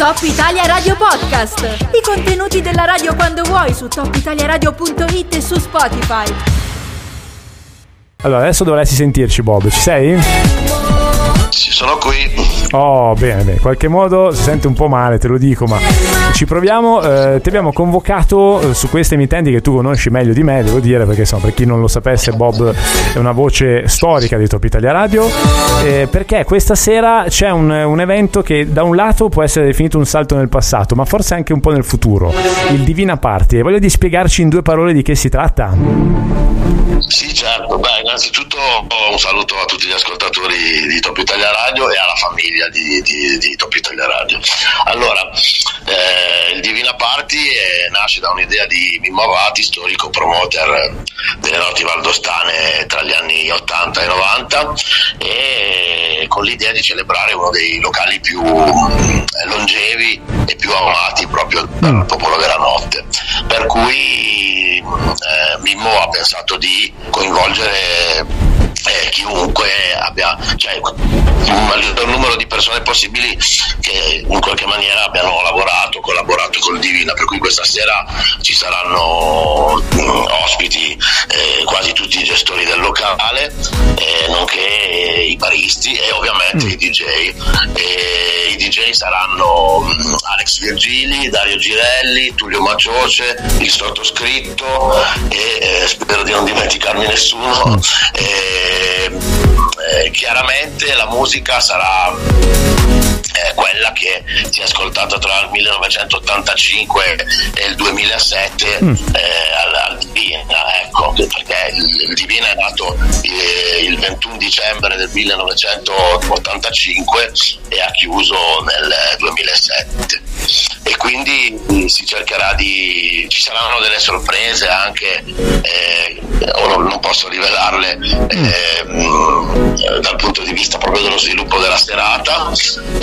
Top Italia Radio Podcast. I contenuti della radio quando vuoi su topitaliaradio.it e su Spotify. Allora, adesso dovresti sentirci, Bob. Ci sei? Sì, sono qui. Oh, bene, in qualche modo si sente un po' male, te lo dico, ma ci proviamo. Ti abbiamo convocato su queste emittenti che tu conosci meglio di me, devo dire, perché insomma, per chi non lo sapesse, Bob è una voce storica di Top Italia Radio, perché questa sera c'è un evento che da un lato può essere definito un salto nel passato, ma forse anche un po' nel futuro, il Divina Party. E voglio di spiegarci in 2 parole di che si tratta? Sì, certo. Beh, innanzitutto un saluto a tutti gli ascoltatori di Top Italia Radio e alla famiglia di Top Italia Radio. Allora, il Divina Party nasce da un'idea di Mimmo Avati, storico promoter delle notti valdostane tra gli anni 80 e 90, e con l'idea di celebrare uno dei locali più longevi e più amati proprio dal popolo della notte. Per cui Mimmo ha pensato di coinvolgere chiunque abbia, cioè un maggior numero di persone possibili che in qualche maniera abbiano collaborato col Divina, per cui questa sera ci saranno ospiti quasi tutti i gestori del locale, nonché i baristi e ovviamente i DJ. I DJ saranno Alex Virgili, Dario Girelli, Tullio Macioce, il sottoscritto e spero di non dimenticarmi nessuno. Chiaramente la musica sarà quella che si è ascoltata tra il 1985 e il 2007 al Divina, ecco, perché il Divina è nato il 21 dicembre del 1985 e ha chiuso nel 2007, e quindi ci saranno delle sorprese anche, non posso rivelarle dal punto di vista proprio dello sviluppo della serata.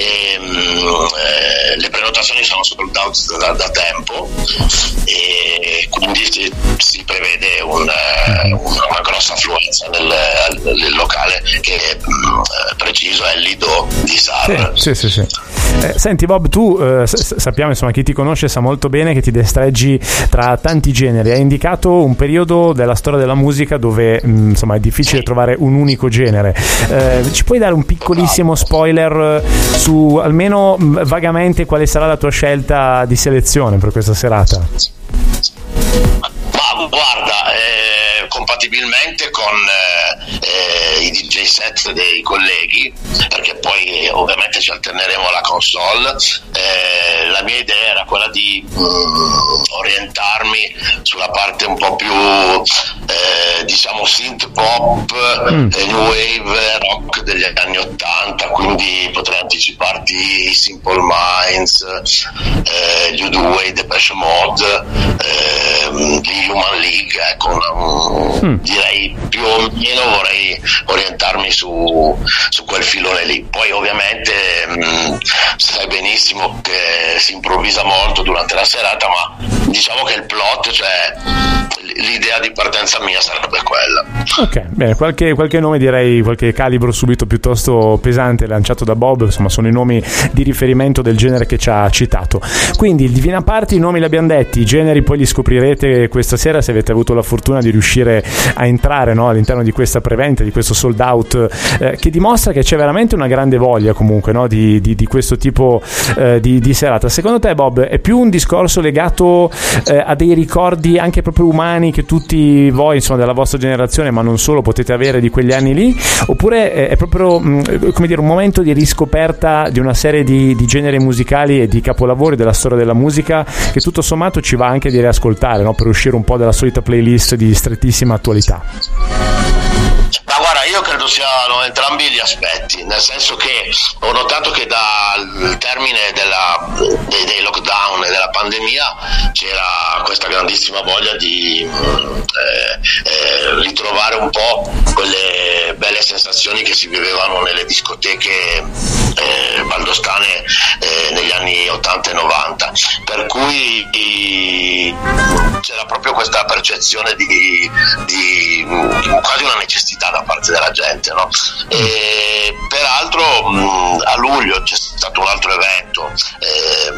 Le prenotazioni sono sold out da tempo, e quindi si prevede una grossa affluenza nel locale, che preciso è il Lido di Sar. Sì. Senti Bob, tu sappiamo, insomma, chi ti conosce sa molto bene che ti destreggi tra tanti generi. Hai indicato un periodo della storia della musica dove insomma è difficile trovare un unico genere. Ci puoi dare un piccolissimo spoiler su almeno vagamente quale sarà la tua scelta di selezione per questa serata? Ma guarda, compatibilmente con i DJ set dei colleghi, perché poi ovviamente ci alterneremo alla console, la mia idea era quella di orientarmi sulla parte un po' più diciamo synth pop, new wave, rock degli anni 80, quindi potrei anticiparti Simple Minds, gli U2, Depeche Mode, gli Human League, ecco, direi più o meno vorrei orientarmi su quel filone lì. Poi ovviamente sai benissimo che si improvvisa molto durante la serata, ma diciamo che il plot, cioè l'idea di partenza mia sarebbe quella. Ok, bene, qualche nome, direi qualche calibro subito piuttosto pesante lanciato da Bob, insomma sono i nomi di riferimento del genere che ci ha citato. Quindi il Divina Party, i nomi li abbiamo detti, i generi poi li scoprirete questa sera se avete avuto la fortuna di riuscire a entrare, no, all'interno di questa preventa, di questo sold out, che dimostra che c'è veramente una grande voglia comunque, no, di questo tipo di serata. Secondo te, Bob, è più un discorso legato a dei ricordi anche proprio umani che tutti voi, insomma, della vostra generazione, ma non solo, potete avere di quegli anni lì, oppure è proprio come dire un momento di riscoperta di una serie di generi musicali e di capolavori della storia della musica che tutto sommato ci va anche di riascoltare, no, per uscire un po' dalla solita playlist di strettissima attualità? Ma guarda, io credo siano entrambi gli aspetti, nel senso che ho notato che dal termine dei lockdown e della pandemia c'era questa grandissima voglia di ritrovare un po' quelle belle sensazioni che si vivevano nelle discoteche valdostane negli anni 80 e 90, per cui c'era proprio questa percezione di quasi una necessità da parte della gente, no? E peraltro a luglio c'è stato un altro evento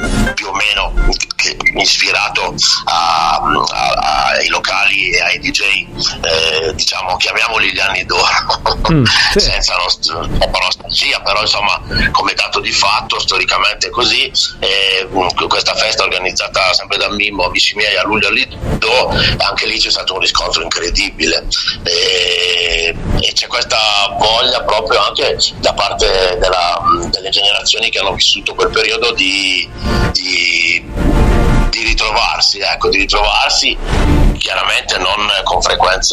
radio, ai locali e ai DJ, diciamo, chiamiamoli gli anni d'oro, sì. senza nostalgia, però insomma come dato di fatto, storicamente così. Questa festa organizzata sempre da Mimmo, amici miei, a luglio a Lido, anche lì c'è stato un riscontro incredibile, e c'è questa voglia proprio anche da parte delle generazioni che hanno vissuto quel periodo di ritrovarsi, chiaramente non con frequenze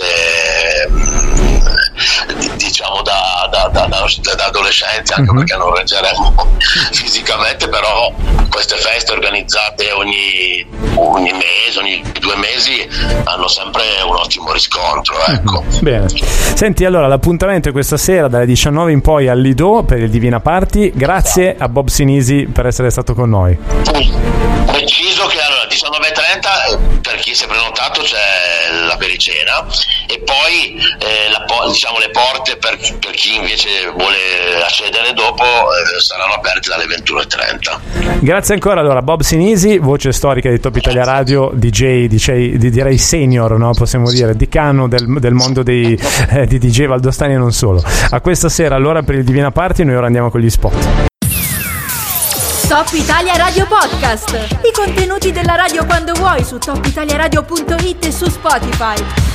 diciamo da adolescenti, anche perché non reggeremo fisicamente, però queste feste organizzate ogni mese, ogni 2 mesi, hanno sempre un ottimo riscontro, ecco. Bene, senti, allora l'appuntamento è questa sera dalle 19 in poi al Lido per il Divina Party. Grazie a Bob Sinisi per essere stato con noi. Preciso che allora 19:30 per chi si è prenotato c'è la pericena, e poi diciamo le porte per chi invece vuole accedere dopo saranno aperte dalle 21:30. Grazie ancora. Allora, Bob Sinisi, voce storica di Top Italia Radio, DJ direi senior, no? Possiamo dire decano del mondo di DJ valdostani e non solo. A questa sera allora per il Divina Party. Noi ora andiamo con gli spot. Top Italia Radio Podcast. I contenuti della radio quando vuoi su topitaliaradio.it e su Spotify.